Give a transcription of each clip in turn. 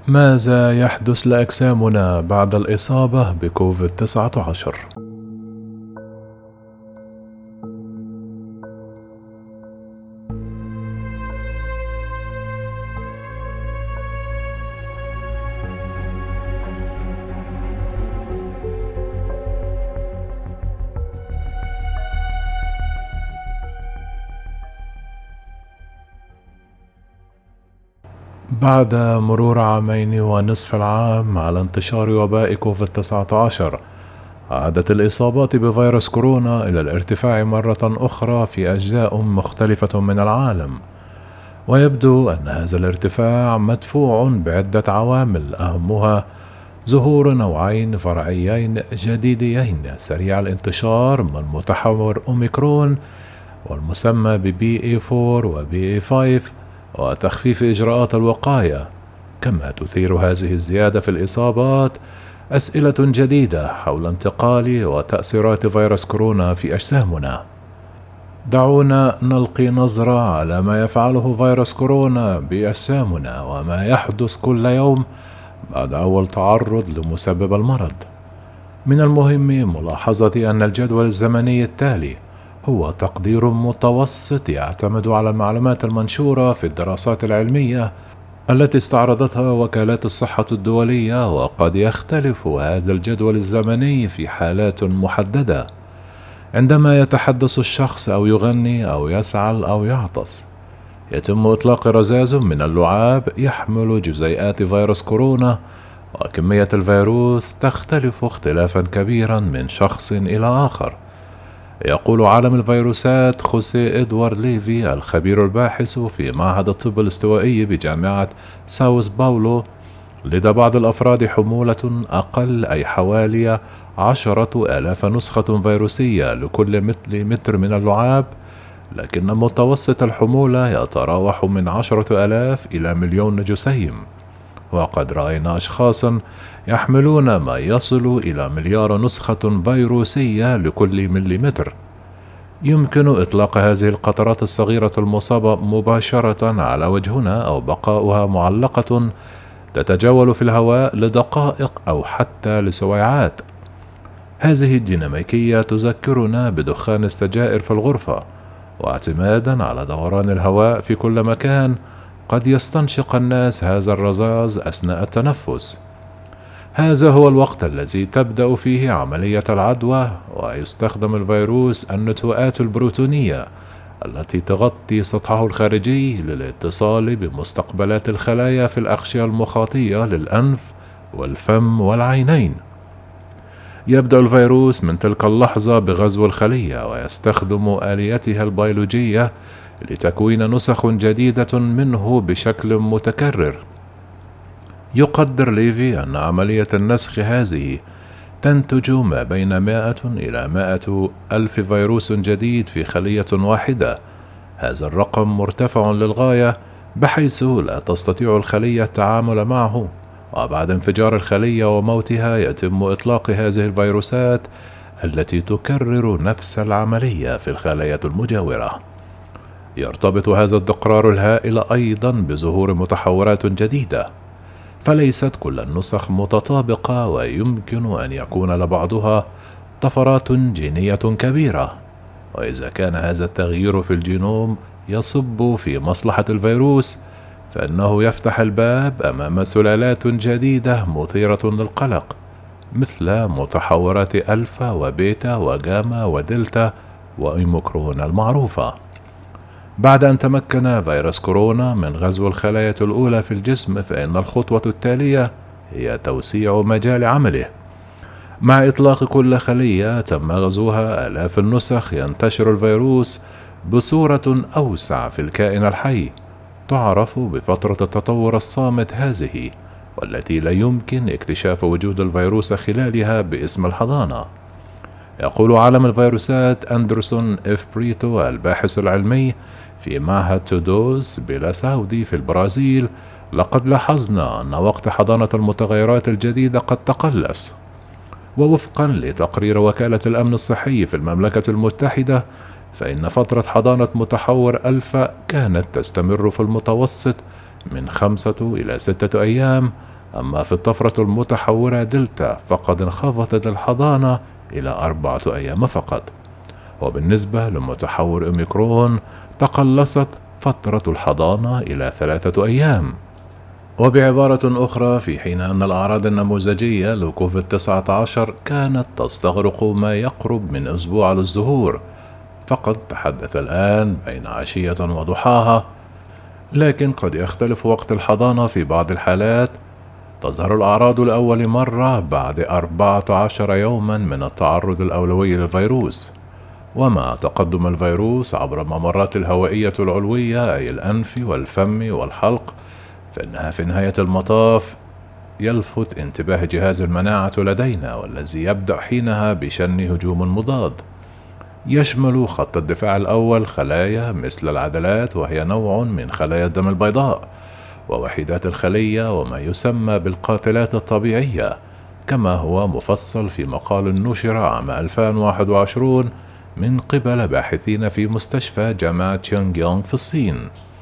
ماذا يحدث لأجسامنا بعد الإصابة بكوفيد-19؟ بعد مرور 2.5 عام على انتشار وباء كوفيد-19، عادت الإصابات بفيروس كورونا إلى الارتفاع مرة أخرى في أجزاء مختلفة من العالم، ويبدو أن هذا الارتفاع مدفوع بعدة عوامل، أهمها ظهور نوعين فرعيين جديدين سريع الانتشار من متحور أوميكرون والمسمى ب BA4 و BA5، وتخفيف إجراءات الوقاية. كما تثير هذه الزيادة في الإصابات أسئلة جديدة حول انتقال وتأثيرات فيروس كورونا في أجسامنا. دعونا نلقي نظرة على ما يفعله فيروس كورونا بأجسامنا وما يحدث كل يوم بعد أول تعرض لمسبب المرض. من المهم ملاحظة أن الجدول الزمني التالي هو تقدير متوسط يعتمد على المعلومات المنشورة في الدراسات العلمية التي استعرضتها وكالات الصحة الدولية، وقد يختلف هذا الجدول الزمني في حالات محددة عندما يتحدث الشخص أو يغني أو يسعل أو يعطس. يتم إطلاق رذاذ من اللعاب يحمل جزيئات فيروس كورونا، وكمية الفيروس تختلف اختلافا كبيرا من شخص إلى آخر. يقول عالم الفيروسات خوسيه إدوارد ليفي الخبير الباحث في معهد الطب الاستوائي بجامعة ساوث باولو: لدى بعض الأفراد حمولة أقل، أي حوالي 10,000 نسخة فيروسية لكل متر من اللعاب، لكن متوسط الحمولة يتراوح من 10,000 إلى مليون جسيم. وقد رأينا أشخاصا يحملون ما يصل إلى مليار نسخة فيروسية لكل مليمتر. يمكن إطلاق هذه القطرات الصغيرة المصابة مباشرة على وجهنا، أو بقاؤها معلقة تتجول في الهواء لدقائق أو حتى لسويعات. هذه الديناميكية تذكرنا بدخان السجائر في الغرفة، واعتمادا على دوران الهواء في كل مكان قد يستنشق الناس هذا الرذاذ أثناء التنفس. هذا هو الوقت الذي تبدأ فيه عملية العدوى، ويستخدم الفيروس النتوءات البروتونية التي تغطي سطحه الخارجي للاتصال بمستقبلات الخلايا في الأغشية المخاطية للأنف والفم والعينين. يبدأ الفيروس من تلك اللحظة بغزو الخلية، ويستخدم آليتها البيولوجية لتكوين نسخ جديدة منه بشكل متكرر. يقدر ليفي أن عملية النسخ هذه تنتج ما بين 100 إلى 100 ألف فيروس جديد في خلية واحدة. هذا الرقم مرتفع للغاية بحيث لا تستطيع الخلية التعامل معه، وبعد انفجار الخلية وموتها يتم إطلاق هذه الفيروسات التي تكرر نفس العملية في الخلايا المجاورة. يرتبط هذا الدقرار الهائل أيضا بظهور متحورات جديدة، فليست كل النسخ متطابقة، ويمكن أن يكون لبعضها طفرات جينية كبيرة. وإذا كان هذا التغيير في الجينوم يصب في مصلحة الفيروس، فإنه يفتح الباب أمام سلالات جديدة مثيرة للقلق، مثل متحورات ألفا وبيتا وجاما ودلتا وأوميكرون المعروفة. بعد أن تمكن فيروس كورونا من غزو الخلايا الأولى في الجسم، فإن الخطوة التالية هي توسيع مجال عمله. مع إطلاق كل خلية تم غزوها آلاف النسخ، ينتشر الفيروس بصورة أوسع في الكائن الحي، تعرف بفترة التطور الصامت هذه، والتي لا يمكن اكتشاف وجود الفيروس خلالها باسم الحضانة. يقول عالم الفيروسات أندرسون إف بريتو الباحث العلمي في معهد تودوس بلا ساودي في البرازيل: لقد لاحظنا أن وقت حضانة المتغيرات الجديدة قد تقلص. ووفقا لتقرير وكالة الأمن الصحي في المملكة المتحدة، فإن فترة حضانة متحور ألفا كانت تستمر في المتوسط من 5 إلى 6 أيام، أما في الطفرة المتحورة دلتا فقد انخفضت الحضانة إلى 4 أيام فقط. وبالنسبة لمتحور أوميكرون تقلصت فترة الحضانة إلى 3 أيام. وبعبارة أخرى، في حين أن الأعراض النموذجية لكوفيد 19 كانت تستغرق ما يقرب من أسبوع للظهور، فقد تحدث الآن بين عشية وضحاها، لكن قد يختلف وقت الحضانة. في بعض الحالات تظهر الأعراض لأول مرة بعد 14 يوما من التعرض الأولوي للفيروس. ومع تقدم الفيروس عبر الممرات الهوائية العلوية أي الأنف والفم والحلق، فإنها في نهاية المطاف يلفت انتباه جهاز المناعة لدينا، والذي يبدأ حينها بشن هجوم مضاد يشمل خط الدفاع الأول خلايا مثل العدلات، وهي نوع من خلايا الدم البيضاء، ووحيدات الخلية، وما يسمى بالقاتلات الطبيعية، كما هو مفصل في مقال نشر عام 2021 من قبل باحثين في مستشفى جامعة تشونغ يونغ في الصين.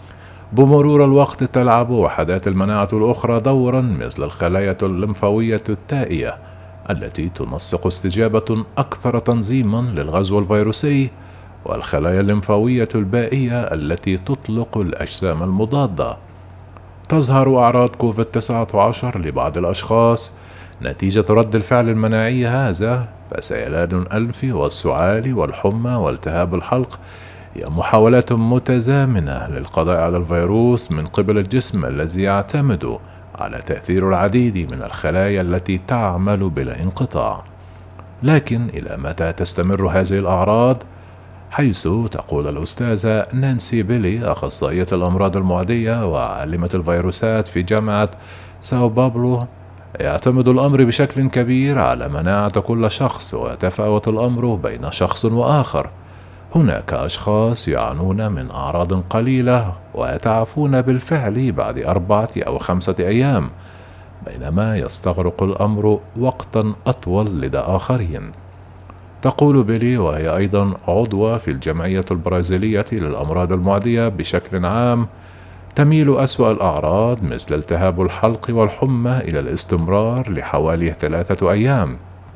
بمرور الوقت تلعب وحدات المناعة الأخرى دورا، مثل الخلايا الليمفاوية التائية التي تنسق استجابة أكثر تنظيما للغزو الفيروسي، والخلايا الليمفاوية البائية التي تطلق الأجسام المضادة. تظهر أعراض كوفيد 19 لبعض الأشخاص نتيجة رد الفعل المناعي هذا، فسيلان الأنف والسعال والحمى والتهاب الحلق هي محاولات متزامنة للقضاء على الفيروس من قبل الجسم، الذي يعتمد على تأثير العديد من الخلايا التي تعمل بلا انقطاع. لكن إلى متى تستمر هذه الأعراض؟ حيث تقول الأستاذة نانسي بيلي، أخصائية الأمراض المعدية وعالمة الفيروسات في جامعة ساو باولو، يعتمد الأمر بشكل كبير على مناعة كل شخص، ويتفاوت الأمر بين شخص وآخر. هناك أشخاص يعانون من أعراض قليلة ويتعافون بالفعل بعد 4 أو 5 أيام، بينما يستغرق الأمر وقتا أطول لدى آخرين. تقول بيلي، وهي أيضا عضوة في الجمعية البرازيلية للأمراض المعدية بشكل عام، تميل أسوأ الأعراض مثل التهاب الحلق والحمى إلى الاستمرار لحوالي 3 أيام.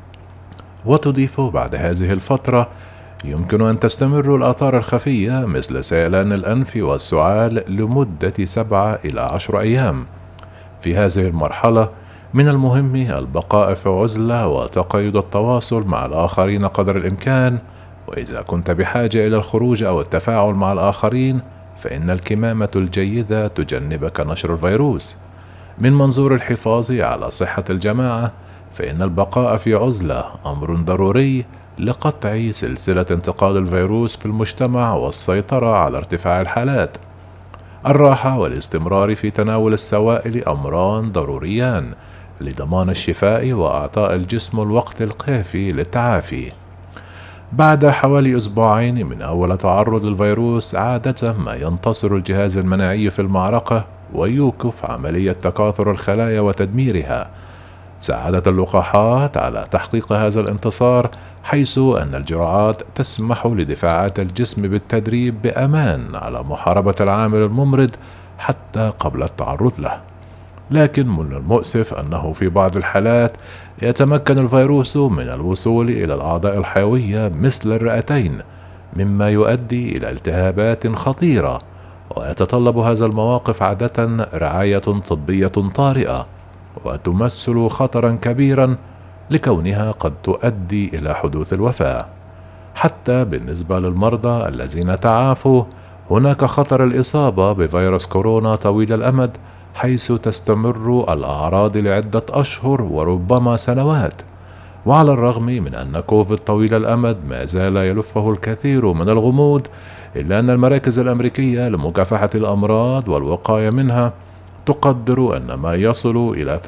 وتضيف، بعد هذه الفترة يمكن أن تستمر الآثار الخفية مثل سيلان الأنف والسعال لمدة 7 إلى 10 أيام. في هذه المرحلة من المهم البقاء في عزلة وتقيد التواصل مع الآخرين قدر الإمكان، وإذا كنت بحاجة إلى الخروج أو التفاعل مع الآخرين فإن الكمامة الجيدة تجنبك نشر الفيروس. من منظور الحفاظ على صحة الجماعة، فإن البقاء في عزلة أمر ضروري لقطع سلسلة انتقال الفيروس في المجتمع والسيطرة على ارتفاع الحالات. الراحة والاستمرار في تناول السوائل أمران ضروريان لضمان الشفاء وإعطاء الجسم الوقت الكافي للتعافي. بعد حوالي 2 أسبوع من أول تعرض للفيروس، عادة ما ينتصر الجهاز المناعي في المعركة ويوقف عملية تكاثر الخلايا وتدميرها. ساعدت اللقاحات على تحقيق هذا الانتصار، حيث أن الجرعات تسمح لدفاعات الجسم بالتدريب بأمان على محاربة العامل الممرض حتى قبل التعرض له. لكن من المؤسف أنه في بعض الحالات يتمكن الفيروس من الوصول إلى الأعضاء الحيوية مثل الرئتين، مما يؤدي إلى التهابات خطيرة، ويتطلب هذا المواقف عادة رعاية طبية طارئة، وتمثل خطرا كبيرا لكونها قد تؤدي إلى حدوث الوفاة. حتى بالنسبة للمرضى الذين تعافوا، هناك خطر الإصابة بفيروس كورونا طويل الأمد، حيث تستمر الأعراض لعدة أشهر وربما سنوات. وعلى الرغم من أن كوفيد طويل الأمد ما زال يلفه الكثير من الغموض، إلا أن المراكز الأمريكية لمكافحة الأمراض والوقاية منها تقدر أن ما يصل إلى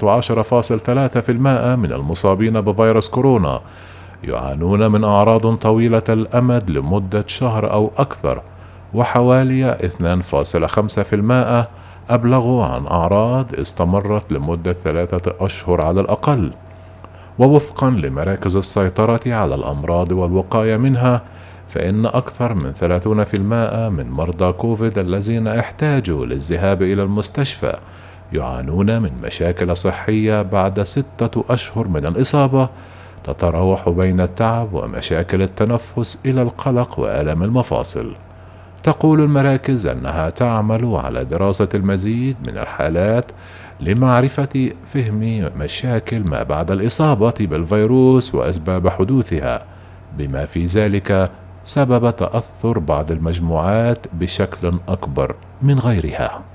13.3% من المصابين بفيروس كورونا يعانون من أعراض طويلة الأمد لمدة شهر أو أكثر، وحوالي 2.5% أبلغوا عن أعراض استمرت لمدة 3 أشهر على الأقل. ووفقا لمراكز السيطرة على الأمراض والوقاية منها، فإن أكثر من 30% من مرضى كوفيد الذين احتاجوا للذهاب إلى المستشفى يعانون من مشاكل صحية بعد 6 أشهر من الإصابة، تتراوح بين التعب ومشاكل التنفس إلى القلق وآلام المفاصل. تقول المراكز أنها تعمل على دراسة المزيد من الحالات لمعرفة فهم مشاكل ما بعد الإصابة بالفيروس وأسباب حدوثها، بما في ذلك سبب تأثر بعض المجموعات بشكل أكبر من غيرها.